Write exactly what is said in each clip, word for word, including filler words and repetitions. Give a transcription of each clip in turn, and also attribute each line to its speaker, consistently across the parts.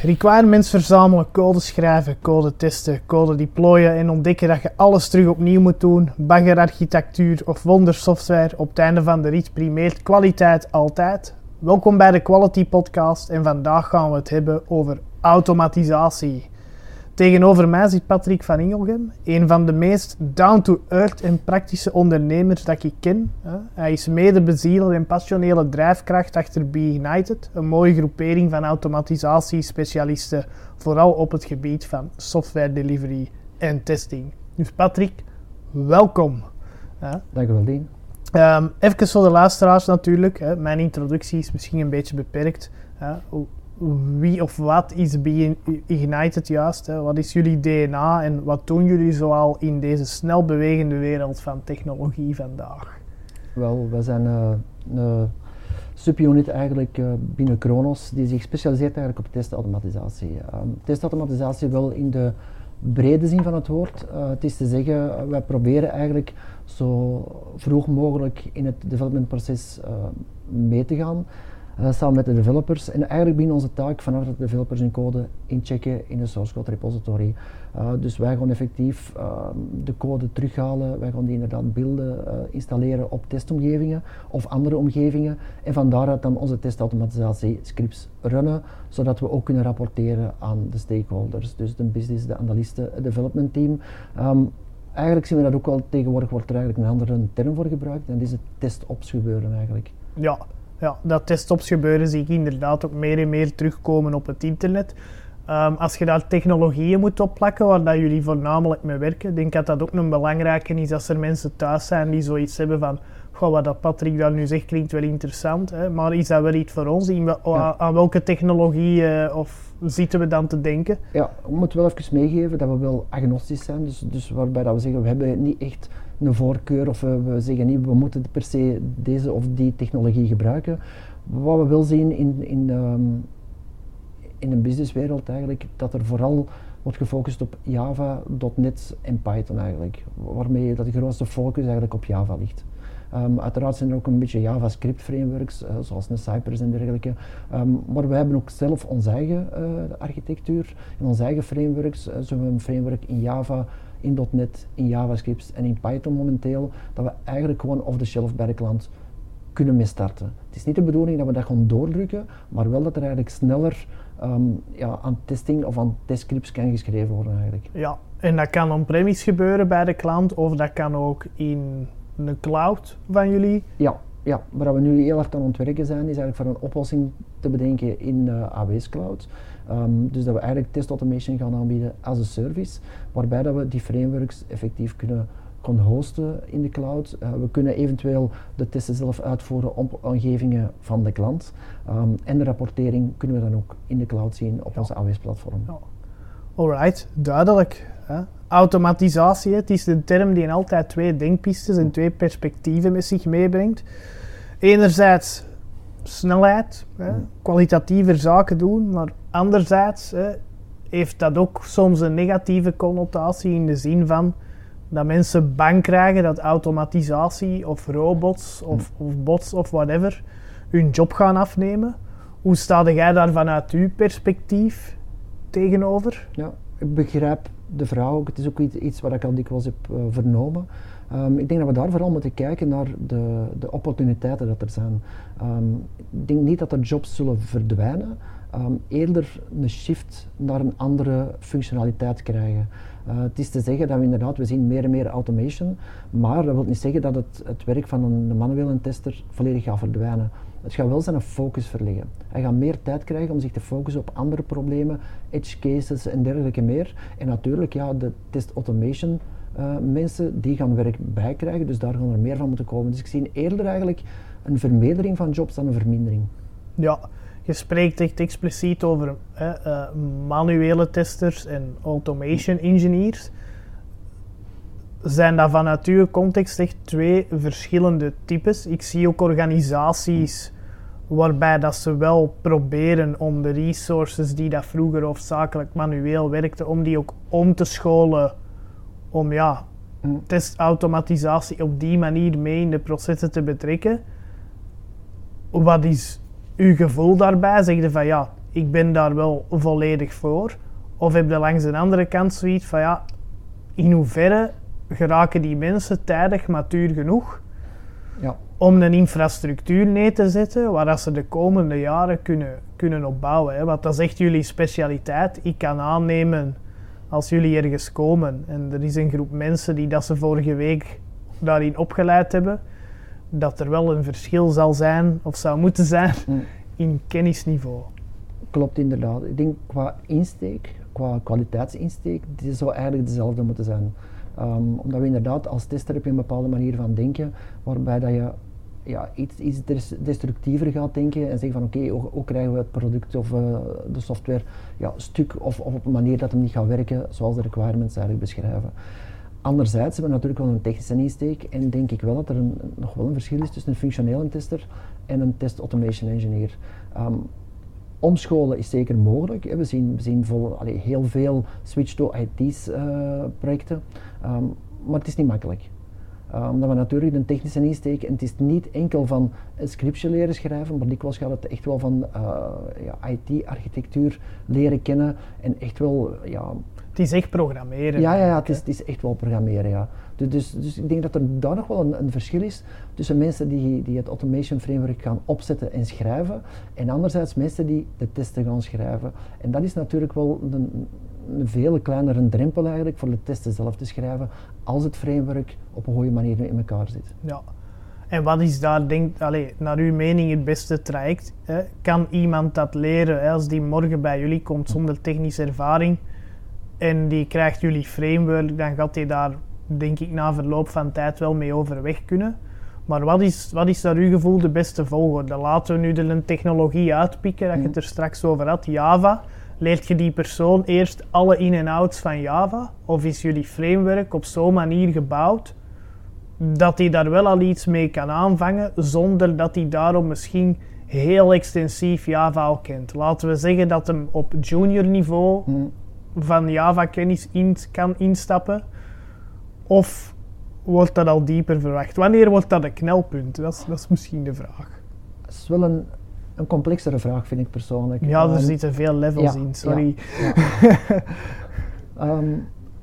Speaker 1: Requirements verzamelen, code schrijven, code testen, code deployen en ontdekken dat je alles terug opnieuw moet doen. Baggerarchitectuur of wondersoftware. Op het einde van de rit primeert kwaliteit altijd. Welkom bij de Quality Podcast en vandaag gaan we het hebben over automatisatie. Tegenover mij zit Patrick van Ingelgem, een van de meest down-to-earth en praktische ondernemers dat ik ken. Hij is medebezieler en passionele drijfkracht achter Be Ignited, een mooie groepering van automatisatiespecialisten, vooral op het gebied van software delivery en testing. Dus Patrick, welkom.
Speaker 2: Dank u wel, Dien.
Speaker 1: Um, even voor de luisteraars natuurlijk, hè. Mijn introductie is misschien een beetje beperkt. Hè. Wie of wat is Be Ignited juist? Hè? Wat is jullie D N A en wat doen jullie zoal in deze snel bewegende wereld van technologie vandaag?
Speaker 2: Wel, wij zijn uh, een subunit eigenlijk uh, binnen Kronos die zich specialiseert eigenlijk op testautomatisatie. Um, testautomatisatie wel in de brede zin van het woord. Uh, het is te zeggen, wij proberen eigenlijk zo vroeg mogelijk in het developmentproces uh, mee te gaan. Uh, samen met de developers. En eigenlijk begint onze taak vanaf dat de developers hun code inchecken in de source code repository. Uh, dus wij gaan effectief uh, de code terughalen, wij gaan die inderdaad beelden uh, installeren op testomgevingen of andere omgevingen. En van daaruit dan onze testautomatisatie scripts runnen, zodat we ook kunnen rapporteren aan de stakeholders. Dus de business, de analisten, het development team. Um, eigenlijk zien we dat ook wel, tegenwoordig wordt er eigenlijk een andere term voor gebruikt en dat is het test-ops gebeuren eigenlijk.
Speaker 1: Ja. Ja, dat test-ops gebeuren zie ik inderdaad ook meer en meer terugkomen op het internet. Um, als je daar technologieën moet opplakken waar dat jullie voornamelijk mee werken, denk ik dat dat ook een belangrijke is als er mensen thuis zijn die zoiets hebben van goh, wat dat Patrick daar nu zegt klinkt wel interessant, hè, maar is dat wel iets voor ons? In wel, ja. Aan welke technologie uh, of zitten we dan te denken?
Speaker 2: Ja, we moeten wel even meegeven dat we wel agnostisch zijn, dus, dus waarbij dat we zeggen we hebben niet echt een voorkeur of we, we zeggen niet we moeten per se deze of die technologie gebruiken. Wat we wel zien in, in, um, in een businesswereld eigenlijk, dat er vooral wordt gefocust op Java, .net en Python eigenlijk, waarmee dat de grootste focus eigenlijk op Java ligt. Um, uiteraard zijn er ook een beetje JavaScript frameworks, uh, zoals een Cypress en dergelijke. Um, maar we hebben ook zelf onze eigen uh, architectuur en onze eigen frameworks. Uh, zo hebben we een framework in Java, in .net, in JavaScript en in Python momenteel, dat we eigenlijk gewoon off-the-shelf bij de klant kunnen mee starten. Het is niet de bedoeling dat we dat gewoon doordrukken, maar wel dat er eigenlijk sneller um, ja, aan testing of aan testscripts kan geschreven worden eigenlijk.
Speaker 1: Ja, en dat kan on-premise gebeuren bij de klant of dat kan ook in een cloud van jullie?
Speaker 2: Ja, ja, waar we nu heel hard aan het werken zijn, is eigenlijk voor een oplossing te bedenken in uh, A W S Cloud. Um, dus dat we eigenlijk test automation gaan aanbieden als een service, waarbij dat we die frameworks effectief kunnen gaan hosten in de cloud. Uh, we kunnen eventueel de testen zelf uitvoeren op omgevingen van de klant. Um, en de rapportering kunnen we dan ook in de cloud zien op ja. onze A W S-platform. Ja.
Speaker 1: Alright, duidelijk. Hè? Automatisatie, het is een term die altijd twee denkpistes en twee perspectieven met zich meebrengt. Enerzijds snelheid, hè, kwalitatiever zaken doen, maar anderzijds hè, heeft dat ook soms een negatieve connotatie in de zin van dat mensen bang krijgen dat automatisatie of robots of, of bots of whatever hun job gaan afnemen. Hoe sta jij daar vanuit uw perspectief tegenover?
Speaker 2: Ja, ik begrijp de vraag ook. Het is ook iets, iets wat ik al dikwijls heb uh, vernomen. Um, ik denk dat we daar vooral moeten kijken naar de, de opportuniteiten dat er zijn. Um, ik denk niet dat er jobs zullen verdwijnen, um, eerder een shift naar een andere functionaliteit krijgen. Uh, het is te zeggen dat we inderdaad, we zien meer en meer automation, maar dat wil niet zeggen dat het, het werk van een, een manuele tester volledig gaat verdwijnen. Het gaat wel zijn een focus verleggen. Hij gaat meer tijd krijgen om zich te focussen op andere problemen, edge cases en dergelijke meer. En natuurlijk, ja, de test automation uh, mensen, die gaan werk bijkrijgen, dus daar gaan er meer van moeten komen. Dus ik zie eerder eigenlijk een vermeerdering van jobs dan een vermindering.
Speaker 1: Ja, je spreekt echt expliciet over hè, uh, manuele testers en automation engineers. Zijn dat vanuit uw context echt twee verschillende types? Ik zie ook organisaties waarbij dat ze wel proberen om de resources die dat vroeger hoofdzakelijk manueel werkten, om die ook om te scholen om ja, testautomatisatie op die manier mee in de processen te betrekken. Wat is uw gevoel daarbij? Zeg je van ja, ik ben daar wel volledig voor. Of heb je langs de andere kant zoiets van ja, in hoeverre geraken die mensen tijdig matuur genoeg
Speaker 2: Ja.
Speaker 1: om een infrastructuur neer te zetten waar dat ze de komende jaren kunnen, kunnen opbouwen. Hè? Want dat is echt jullie specialiteit. Ik kan aannemen, als jullie ergens komen en er is een groep mensen die dat ze vorige week daarin opgeleid hebben, dat er wel een verschil zal zijn, of zou moeten zijn,
Speaker 2: Mm.
Speaker 1: in kennisniveau.
Speaker 2: Klopt inderdaad. Ik denk qua insteek, qua kwaliteitsinsteek, die zou eigenlijk dezelfde moeten zijn. Um, omdat we inderdaad als tester heb je een bepaalde manier van denken, waarbij dat je ja, iets, iets des- destructiever gaat denken en zeggen van oké, okay, hoe, hoe krijgen we het product of uh, de software ja, stuk of, of op een manier dat hem niet gaat werken zoals de requirements eigenlijk beschrijven. Anderzijds hebben we natuurlijk wel een technische insteek en denk ik wel dat er een, nog wel een verschil is tussen een functionele tester en een test automation engineer. Um, Omscholen is zeker mogelijk. We zien, we zien vol, allee, heel veel switch to I T's uh, projecten, um, maar het is niet makkelijk. Uh, omdat we natuurlijk een technische insteek en het is niet enkel van een scriptje leren schrijven, maar dikwijls gaat het echt wel van uh, ja, I T-architectuur leren kennen en echt wel ja,
Speaker 1: Het is echt programmeren.
Speaker 2: ja, ja, ja het, is, het is echt wel programmeren, ja. Dus, dus, dus ik denk dat er daar nog wel een, een verschil is tussen mensen die, die het automation framework gaan opzetten en schrijven en anderzijds mensen die de testen gaan schrijven. En dat is natuurlijk wel een, een veel kleinere drempel eigenlijk voor de testen zelf te schrijven als het framework op een goede manier in elkaar zit.
Speaker 1: Ja. En wat is daar, denk, allez, naar uw mening, het beste traject? Hè? Kan iemand dat leren hè, als die morgen bij jullie komt zonder technische ervaring en die krijgt jullie framework, dan gaat hij daar, denk ik, na verloop van tijd wel mee overweg kunnen. Maar wat is, wat is naar uw gevoel de beste volgorde? Laten we nu de een technologie uitpikken, dat je het er straks over had, Java. Leert je die persoon eerst alle in- en outs van Java? Of is jullie framework op zo'n manier gebouwd dat hij daar wel al iets mee kan aanvangen, zonder dat hij daarom misschien heel extensief Java al kent? Laten we zeggen dat hem op junior niveau
Speaker 2: Hmm.
Speaker 1: van Java-kennis in, kan instappen. Of wordt dat al dieper verwacht? Wanneer wordt dat een knelpunt? Dat is, dat is misschien de vraag.
Speaker 2: Dat is wel een, een complexere vraag, vind ik persoonlijk.
Speaker 1: Ja, er
Speaker 2: Um,
Speaker 1: zitten veel levels
Speaker 2: ja,
Speaker 1: in, sorry.
Speaker 2: ja, ja. um,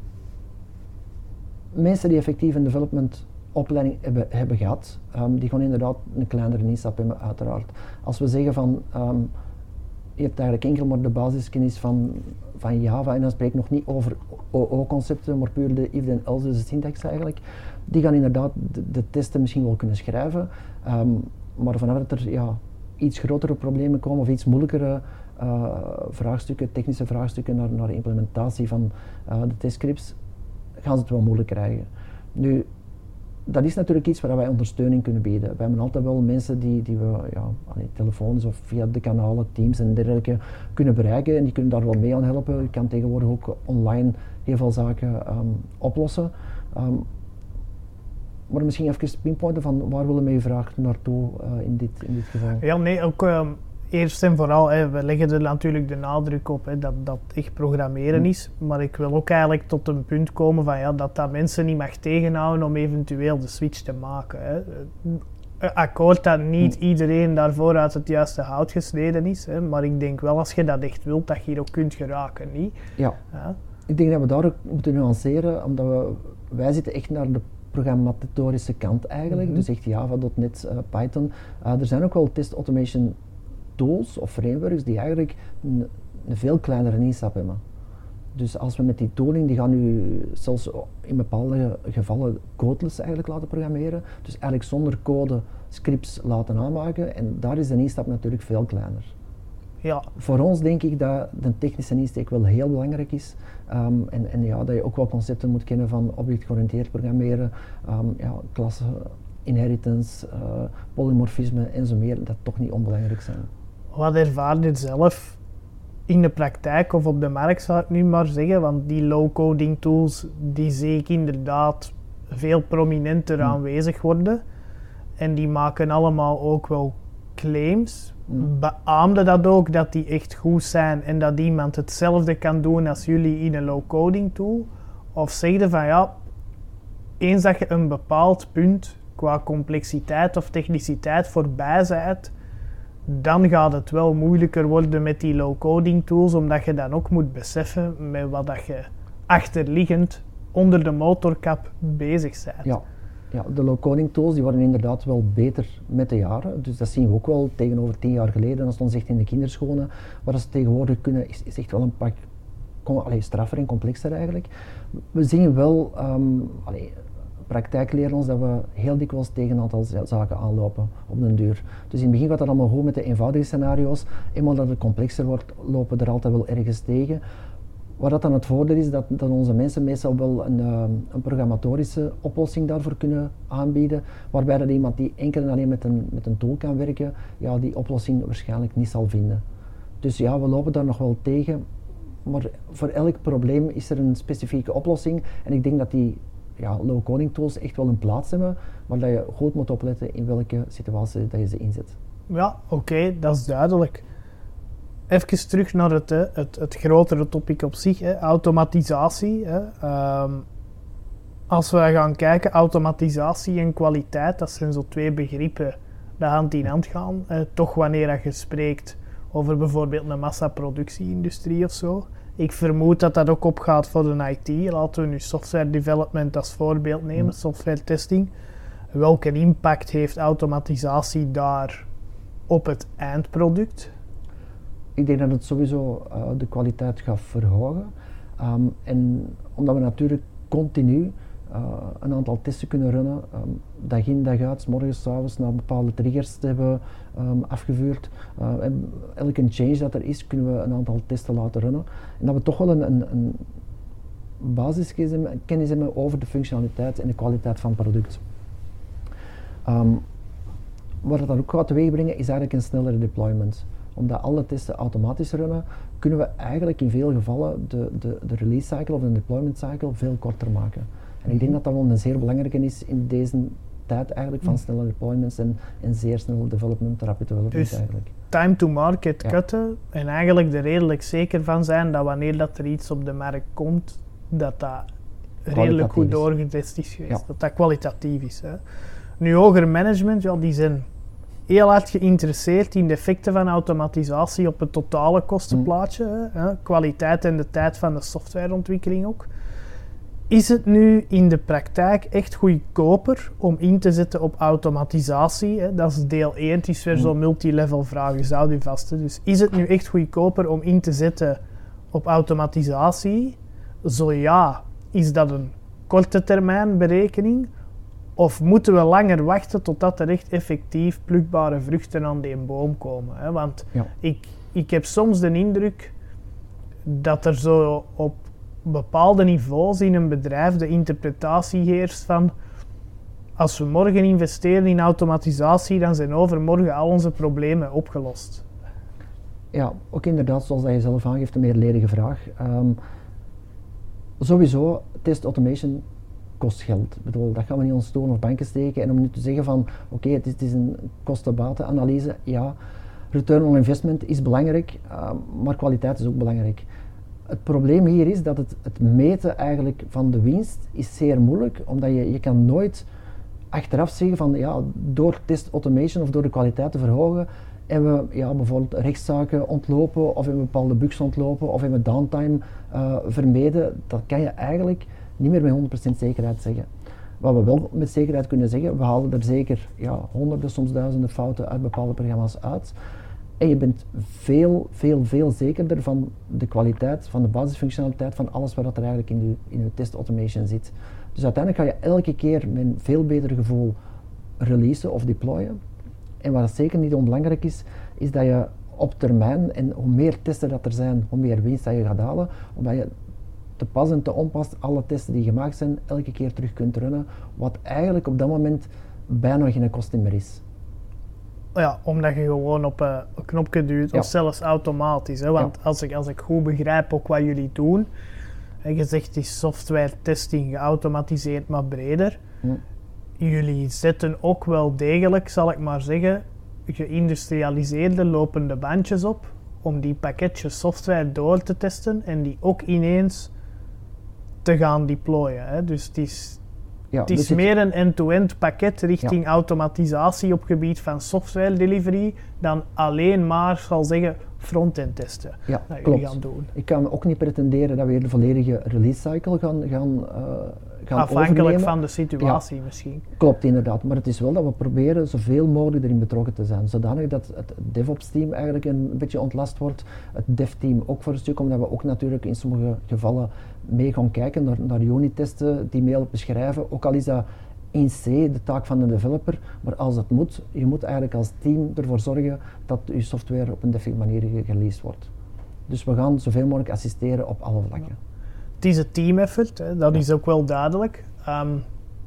Speaker 2: mensen die effectief een development opleiding hebben, hebben gehad, um, die gaan inderdaad een kleinere instap hebben, uiteraard. Als we zeggen van, um, je hebt eigenlijk enkel maar de basiskennis van, van Java en dan spreek ik nog niet over O O-concepten, maar puur de if then else, dus de syntax eigenlijk. Die gaan inderdaad de, de testen misschien wel kunnen schrijven, um, maar vanaf dat er ja, iets grotere problemen komen of iets moeilijkere uh, vraagstukken, technische vraagstukken naar, naar de implementatie van uh, de testscripts, gaan ze het wel moeilijk krijgen. Nu, dat is natuurlijk iets waar wij ondersteuning kunnen bieden. We hebben altijd wel mensen die, die we ja, allee, telefonisch of via de kanalen, Teams en dergelijke kunnen bereiken en die kunnen daar wel mee aan helpen. Je kan tegenwoordig ook online heel veel zaken um, oplossen. Um, maar misschien even pinpointen van waar willen we met je vraag naartoe uh, in, dit, in dit geval?
Speaker 1: Ja, nee, ook um, eerst en vooral, hè, we leggen er natuurlijk de nadruk op hè, dat dat echt programmeren
Speaker 2: Mm.
Speaker 1: is. Maar ik wil ook eigenlijk tot een punt komen van ja, dat dat mensen niet mag tegenhouden om eventueel de switch te maken. Hè. Een akkoord dat niet
Speaker 2: Mm.
Speaker 1: iedereen daarvoor uit het juiste hout gesneden is. Hè, maar ik denk wel als je dat echt wilt, dat je hier ook kunt geraken. Niet?
Speaker 2: Ja.
Speaker 1: Ja.
Speaker 2: Ik denk dat we daar ook moeten nuanceren, omdat we, wij zitten echt naar de programmatorische kant eigenlijk,
Speaker 1: Mhm.
Speaker 2: dus echt Java, .NET, uh, Python. Uh, er zijn ook wel test automation tools of frameworks die eigenlijk een, een veel kleinere instap hebben. Dus als we met die tooling, die gaan nu zelfs in bepaalde gevallen codeless eigenlijk laten programmeren, dus eigenlijk zonder code scripts laten aanmaken en daar is de instap natuurlijk veel kleiner.
Speaker 1: Ja.
Speaker 2: Voor ons denk ik dat de technische insteek wel heel belangrijk is um, en, en ja, dat je ook wel concepten moet kennen van object-georiënteerd programmeren, um, ja, klassen, inheritance, uh, polymorfisme en zo meer, dat toch niet onbelangrijk zijn.
Speaker 1: Wat ervaar je zelf in de praktijk of op de markt, zou ik nu maar zeggen? Want die low-coding tools, die zie ik inderdaad veel prominenter
Speaker 2: Hmm.
Speaker 1: aanwezig worden. En die maken allemaal ook wel claims.
Speaker 2: Hmm.
Speaker 1: Beaamde dat ook, dat die echt goed zijn en dat iemand hetzelfde kan doen als jullie in een low-coding tool? Of zeg je van ja, eens dat je een bepaald punt qua complexiteit of techniciteit voorbij bent, dan gaat het wel moeilijker worden met die low-coding tools, omdat je dan ook moet beseffen met wat dat je achterliggend onder de motorkap bezig bent.
Speaker 2: Ja. Ja, de low-coding tools die worden inderdaad wel beter met de jaren. Dus dat zien we ook wel tegenover tien jaar geleden, als het ons echt in de kinderschoenen. Wat ze tegenwoordig kunnen, is, is echt wel een pak allee, straffer en complexer eigenlijk. We zien wel, um, allee, praktijk leren ons dat we heel dikwijls tegen een aantal zaken aanlopen op den duur. Dus in het begin gaat dat allemaal goed met de eenvoudige scenario's. Eenmaal dat het complexer wordt, lopen we er altijd wel ergens tegen. Waar dat dan het voordeel is, dat, dat onze mensen meestal wel een, uh, een programmatorische oplossing daarvoor kunnen aanbieden, waarbij dat iemand die enkel en alleen met een, met een tool kan werken, ja, die oplossing waarschijnlijk niet zal vinden. Dus ja, we lopen daar nog wel tegen, maar voor elk probleem is er een specifieke oplossing en ik denk dat die ja, low-coding tools echt wel een plaats hebben, maar dat je goed moet opletten in welke situatie dat je ze inzet.
Speaker 1: Ja, oké, okay, dat is duidelijk. Even terug naar het, het, het grotere topic op zich, hè, automatisatie. Hè. Um, als we gaan kijken, automatisatie en kwaliteit, dat zijn zo twee begrippen die hand in hand gaan. Hè. Toch wanneer je spreekt over bijvoorbeeld een massaproductie-industrie of zo. Ik vermoed dat dat ook opgaat voor de I T. Laten we nu software development als voorbeeld nemen, software testing. Welke impact heeft automatisatie daar op het eindproduct?
Speaker 2: Ik denk dat het sowieso uh, de kwaliteit gaat verhogen. Um, en omdat we natuurlijk continu uh, een aantal testen kunnen runnen, um, dag in dag uit, 's morgens, 's avonds, naar bepaalde triggers te hebben um, afgevuurd. Uh, en elke change dat er is, kunnen we een aantal testen laten runnen. En dat we toch wel een, een, een basiskennis hebben over de functionaliteit en de kwaliteit van het product. Um, wat het dan ook gaat teweegbrengen, is eigenlijk een snellere deployment. Omdat alle testen automatisch runnen, kunnen we eigenlijk in veel gevallen de, de, de release cycle of de deployment cycle veel korter maken. En ik denk dat dat wel een zeer belangrijke is in deze tijd eigenlijk van snelle deployments en, en zeer snelle development, rapid development
Speaker 1: dus
Speaker 2: eigenlijk.
Speaker 1: Time to market
Speaker 2: ja.
Speaker 1: cutten en eigenlijk er redelijk zeker van zijn dat wanneer dat er iets op de markt komt, dat dat redelijk goed doorgetest is geweest, ja. dat dat kwalitatief is. Hè. Nu hoger management, ja, die zijn heel hard geïnteresseerd in de effecten van automatisatie op het totale kostenplaatje, hè, kwaliteit en de tijd van de softwareontwikkeling ook. Is het nu in de praktijk echt goedkoper om in te zetten op automatisatie? Hè? Dat is deel één, het is weer zo'n multilevel vraag, je zou u vasten. Dus is het nu echt goedkoper om in te zetten op automatisatie? Zo ja, is dat een korte termijn berekening? Of moeten we langer wachten totdat er echt effectief plukbare vruchten aan die boom komen? Hè? Want
Speaker 2: ja.
Speaker 1: ik, ik heb soms de indruk dat er zo op bepaalde niveaus in een bedrijf de interpretatie heerst van als we morgen investeren in automatisatie, dan zijn overmorgen al onze problemen opgelost.
Speaker 2: Ja, ook inderdaad, zoals dat je zelf aangeeft, een meer ledige vraag. Um, sowieso, test automation kost geld. Ik bedoel, dat gaan we niet ons stoel of banken steken. En om nu te zeggen van, oké, okay, het, het is een kosten-baten-analyse, ja, return on investment is belangrijk, uh, maar kwaliteit is ook belangrijk. Het probleem hier is dat het, het meten eigenlijk van de winst is zeer moeilijk, omdat je, je kan nooit achteraf zeggen van, ja, door test automation of door de kwaliteit te verhogen, hebben we ja, bijvoorbeeld rechtszaken ontlopen, of hebben we bepaalde bugs ontlopen, of hebben we downtime uh, vermeden. Dat kan je eigenlijk niet meer met honderd procent zekerheid zeggen. Wat we wel met zekerheid kunnen zeggen, we halen er zeker ja, honderden, soms duizenden fouten uit bepaalde programma's uit. En je bent veel, veel, veel zekerder van de kwaliteit, van de basisfunctionaliteit, van alles wat er eigenlijk in je, in je test automation zit. Dus uiteindelijk ga je elke keer met een veel beter gevoel releasen of deployen. En wat zeker niet onbelangrijk is, is dat je op termijn, en hoe meer testen dat er zijn, hoe meer winst dat je gaat halen, omdat je te pas en te onpas alle testen die gemaakt zijn, elke keer terug kunt runnen, wat eigenlijk op dat moment bijna geen kosten meer is.
Speaker 1: Ja, omdat je gewoon op een knopje duwt, ja. of zelfs automatisch. Hè? Want ja. als, ik, als ik goed begrijp ook wat jullie doen, en je zegt die software testing geautomatiseerd, maar breder. Ja. Jullie zetten ook wel degelijk, zal ik maar zeggen, geïndustrialiseerde lopende bandjes op om die pakketjes software door te testen en die ook ineens te gaan deployen. Hè? Dus het is Ja, het is meer een end-to-end pakket richting ja. automatisatie op gebied van software delivery dan alleen maar, zal zeggen, front-end testen.
Speaker 2: Ja,
Speaker 1: dat
Speaker 2: klopt.
Speaker 1: jullie gaan doen.
Speaker 2: Ik kan ook niet pretenderen dat we hier de volledige release cycle gaan, gaan, uh, gaan
Speaker 1: Afhankelijk
Speaker 2: overnemen.
Speaker 1: van de situatie ja, misschien.
Speaker 2: Klopt, inderdaad. Maar het is wel dat we proberen zoveel mogelijk erin betrokken te zijn. Zodanig dat het DevOps-team eigenlijk een beetje ontlast wordt. Het dev-team ook voor een stuk, omdat we ook natuurlijk in sommige gevallen mee gaan kijken naar, naar unit-testen, die mail beschrijven. Ook al is dat in C de taak van de developer, maar als het moet, je moet eigenlijk als team ervoor zorgen dat je software op een deftige manier gereleased wordt. Dus we gaan zoveel mogelijk assisteren op alle vlakken. Ja.
Speaker 1: Het is een team effort, hè, dat ja. is ook wel duidelijk. Um,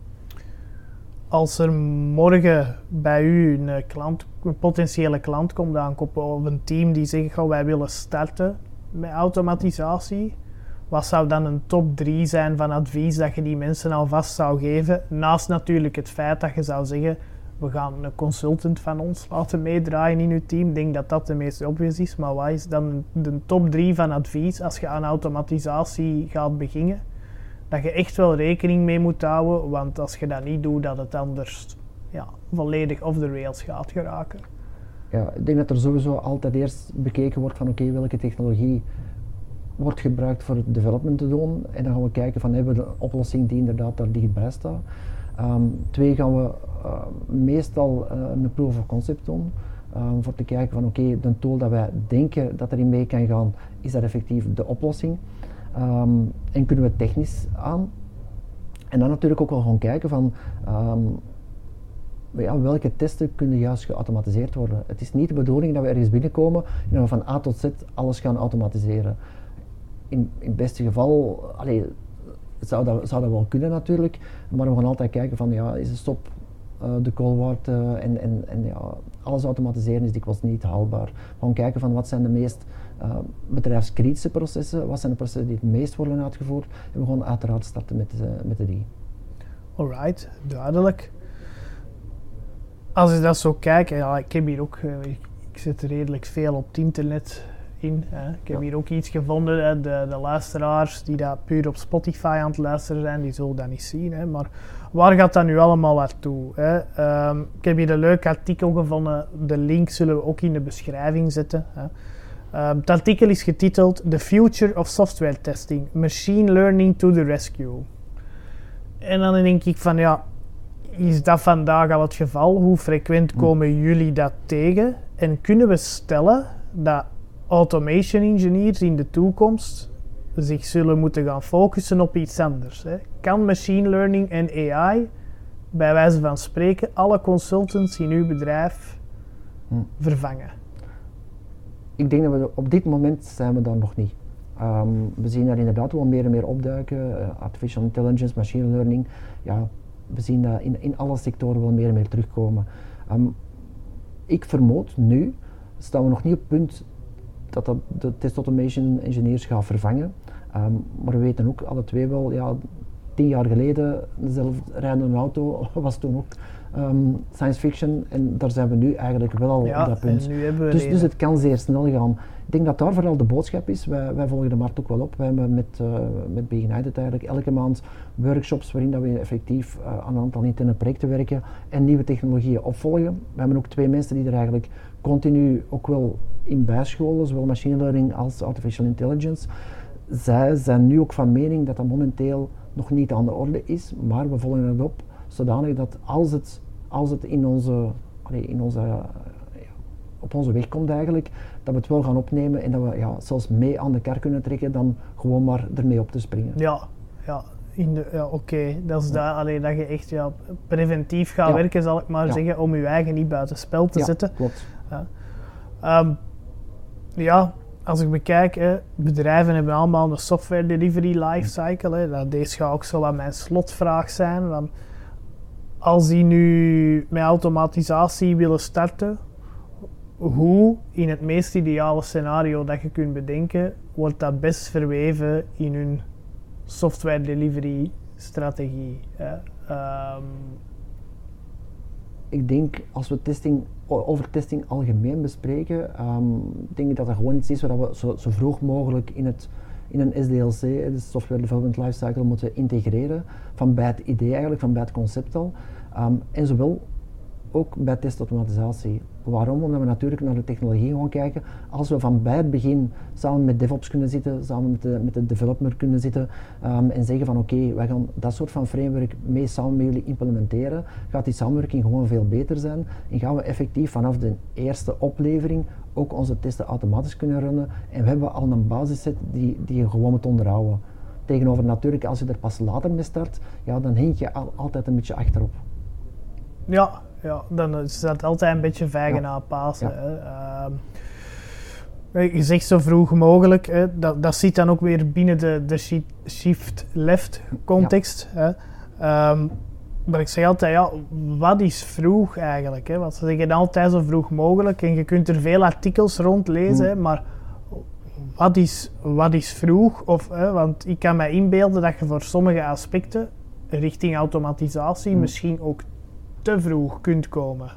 Speaker 1: als er morgen bij u een, klant, een potentiële klant komt aankomen of een team die zegt, oh, wij willen starten met automatisatie, wat zou dan een top drie zijn van advies dat je die mensen alvast zou geven? Naast natuurlijk het feit dat je zou zeggen, we gaan een consultant van ons laten meedraaien in uw team. Ik denk dat dat de meest obvious is, maar wat is dan de top drie van advies als je aan automatisatie gaat beginnen? Dat je echt wel rekening mee moet houden, want als je dat niet doet, dat het anders ja, volledig off the rails gaat geraken.
Speaker 2: Ja, ik denk dat er sowieso altijd eerst bekeken wordt van oké, okay, welke technologie wordt gebruikt voor het development te doen en dan gaan we kijken van hebben we een oplossing die inderdaad daar dichtbij staat. Um, twee gaan we uh, meestal uh, een proof of concept doen um, voor te kijken van oké, okay, de tool dat wij denken dat erin mee kan gaan, is dat effectief de oplossing um, en kunnen we technisch aan. En dan natuurlijk ook wel gaan kijken van um, ja, welke testen kunnen juist geautomatiseerd worden. Het is niet de bedoeling dat we ergens binnenkomen en dat we van A tot Z alles gaan automatiseren. In, in het beste geval, allee, zou, dat, zou dat wel kunnen natuurlijk, maar we gaan altijd kijken van ja, is de stop uh, de call waard uh, en, en, en ja, alles automatiseren is dikwijls niet haalbaar. We gaan kijken van wat zijn de meest uh, bedrijfskritische processen, wat zijn de processen die het meest worden uitgevoerd en we gaan uiteraard starten met, uh, met de die.
Speaker 1: Alright, duidelijk. Als ik dat zo kijk, ja, ik heb hier ook, uh, ik, ik zit redelijk veel op het internet in. Hè. Ik heb ja. hier ook iets gevonden, hè. De, de luisteraars die dat puur op Spotify aan het luisteren zijn, die zullen dat niet zien. Hè. Maar waar gaat dat nu allemaal naartoe? Hè? Um, ik heb hier een leuk artikel gevonden, de link zullen we ook in de beschrijving zetten. Hè. Um, het artikel is getiteld The Future of Software Testing, Machine Learning to the Rescue. En dan denk ik van ja, is dat vandaag al het geval? Hoe frequent komen jullie dat tegen? En kunnen we stellen dat automation engineers in de toekomst zich zullen moeten gaan focussen op iets anders? Hè? Kan machine learning en A I, bij wijze van spreken, alle consultants in uw bedrijf hm. vervangen?
Speaker 2: Ik denk dat we op dit moment zijn we daar nog niet. Um, we zien daar inderdaad wel meer en meer opduiken. Uh, artificial intelligence, machine learning. Ja, we zien dat in, in alle sectoren wel meer en meer terugkomen. Um, ik vermoed nu, staan we nog niet op het punt dat dat de test automation engineers gaat vervangen. Um, maar we weten ook alle twee wel, ja, tien jaar geleden, zelfrijdende auto was toen ook um, science fiction en daar zijn we nu eigenlijk wel al
Speaker 1: ja,
Speaker 2: op dat punt.
Speaker 1: Dus,
Speaker 2: dus het kan zeer snel gaan. Ik denk dat daar vooral de boodschap is. Wij, wij volgen de markt ook wel op. Wij hebben met, uh, met BeGunited eigenlijk elke maand workshops waarin dat we effectief uh, aan een aantal interne projecten werken en nieuwe technologieën opvolgen. We hebben ook twee mensen die er eigenlijk continu ook wel in bijscholen, zowel machine learning als artificial intelligence. Zij zijn nu ook van mening dat dat momenteel nog niet aan de orde is, maar we volgen het op zodanig dat als het, als het in onze, allee, in onze, uh, op onze weg komt eigenlijk, dat we het wel gaan opnemen en dat we ja, zelfs mee aan de kar kunnen trekken dan gewoon maar ermee op te springen.
Speaker 1: Ja, ja, in ja oké. Okay. Dat is ja. dat, allee, dat je echt ja, preventief gaat ja. werken, zal ik maar ja. zeggen, om je eigen niet buiten spel te
Speaker 2: ja,
Speaker 1: zetten.
Speaker 2: Klopt.
Speaker 1: Ja. Um, ja, als ik bekijk, hè, bedrijven hebben allemaal een software delivery lifecycle. Hè. Dat, deze gaat ook zo wat mijn slotvraag zijn. Want als die nu met automatisatie willen starten, hoe, in het meest ideale scenario dat je kunt bedenken, wordt dat best verweven in hun software delivery strategie? Hè. Um,
Speaker 2: Ik denk, als we testing, over testing algemeen bespreken, um, denk ik dat dat gewoon iets is waar we zo, zo vroeg mogelijk in het, in een S D L C, de Software Development Lifecycle, moeten integreren, van bij het idee eigenlijk, van bij het concept al. Um, en zowel ook bij testautomatisatie. Waarom? Omdat we natuurlijk naar de technologie gaan kijken. Als we van bij het begin samen met DevOps kunnen zitten, samen met de, met de developer kunnen zitten um, en zeggen van oké, okay, wij gaan dat soort van framework mee samen met jullie implementeren, gaat die samenwerking gewoon veel beter zijn en gaan we effectief vanaf de eerste oplevering ook onze testen automatisch kunnen runnen en we hebben al een basisset die, die je gewoon moet onderhouden. Tegenover natuurlijk, als je er pas later mee start, ja, dan hink je al, altijd een beetje achterop.
Speaker 1: Ja, ja, dan is dat altijd een beetje vijgen na Pasen.
Speaker 2: Ja.
Speaker 1: Uh, je zegt zo vroeg mogelijk, hè. Dat, dat zit dan ook weer binnen de, de shift-left context. Ja. Hè. Um, maar ik zeg altijd, ja, wat is vroeg eigenlijk? Hè? Want ze zeggen altijd zo vroeg mogelijk en je kunt er veel artikels rond lezen, hmm. hè, maar wat is, wat is vroeg? Of, hè, want ik kan me inbeelden dat je voor sommige aspecten richting automatisatie hmm. misschien ook te vroeg kunt komen.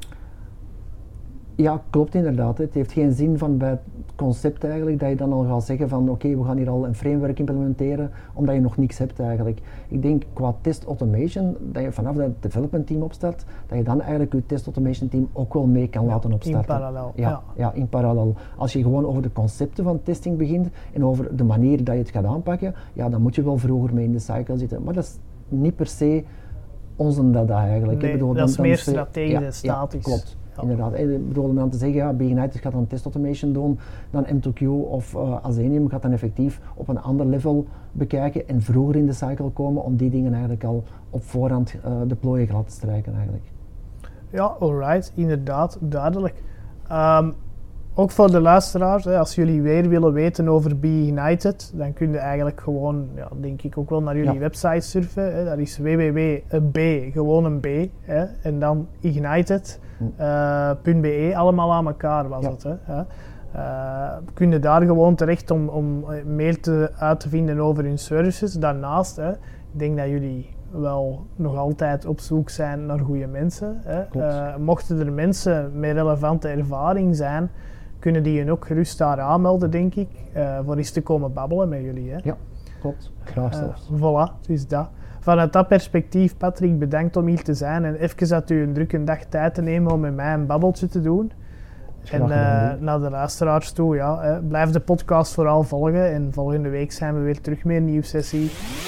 Speaker 2: Ja, klopt inderdaad. Het heeft geen zin van bij het concept eigenlijk dat je dan al gaat zeggen van oké, okay, we gaan hier al een framework implementeren omdat je nog niks hebt eigenlijk. Ik denk qua test automation, dat je vanaf dat development team opstart, dat je dan eigenlijk je test automation team ook wel mee kan ja, laten opstarten.
Speaker 1: In parallel.
Speaker 2: Ja, ja. ja, in parallel. Als je gewoon over de concepten van testing begint en over de manier dat je het gaat aanpakken, ja, dan moet je wel vroeger mee in de cycle zitten. Maar dat is niet per se onze dada eigenlijk.
Speaker 1: Nee,
Speaker 2: bedoel,
Speaker 1: dat
Speaker 2: dan,
Speaker 1: is
Speaker 2: dan
Speaker 1: meer
Speaker 2: is de,
Speaker 1: strategisch
Speaker 2: ja,
Speaker 1: en statisch.
Speaker 2: Ja, klopt.
Speaker 1: Ja.
Speaker 2: Inderdaad. Ik bedoel dan te zeggen, ja, B United gaat dan test automation doen, dan M twee Q of uh, Azenium gaat dan effectief op een ander level bekijken en vroeger in de cycle komen om die dingen eigenlijk al op voorhand uh, deployen laten strijken eigenlijk.
Speaker 1: Ja, alright, inderdaad, duidelijk. Um, ook voor de luisteraars, hè, als jullie weer willen weten over B United, dan kun je eigenlijk gewoon, ja, denk ik, ook wel naar jullie ja. website surfen. Hè. Dat is w w w punt b, gewoon een B, hè, en dan ignited punt b e, uh, allemaal aan elkaar was ja. het. Hè, hè. Uh, kun je daar gewoon terecht om, om meer te, uit te vinden over hun services. Daarnaast, hè, ik denk dat jullie wel nog altijd op zoek zijn naar goede mensen. Hè. Uh, mochten er mensen met relevante ervaring zijn, kunnen die je ook gerust daar aanmelden, denk ik, uh, voor eens te komen babbelen met jullie. Hè.
Speaker 2: Ja, klopt. Graag zelfs.
Speaker 1: Uh, voilà, dus dat. Vanuit dat perspectief, Patrick, bedankt om hier te zijn en even dat u een drukke dag tijd te nemen om met mij een babbeltje te doen. En uh, naar de luisteraars toe, ja, hè, blijf de podcast vooral volgen en volgende week zijn we weer terug met een nieuwe sessie.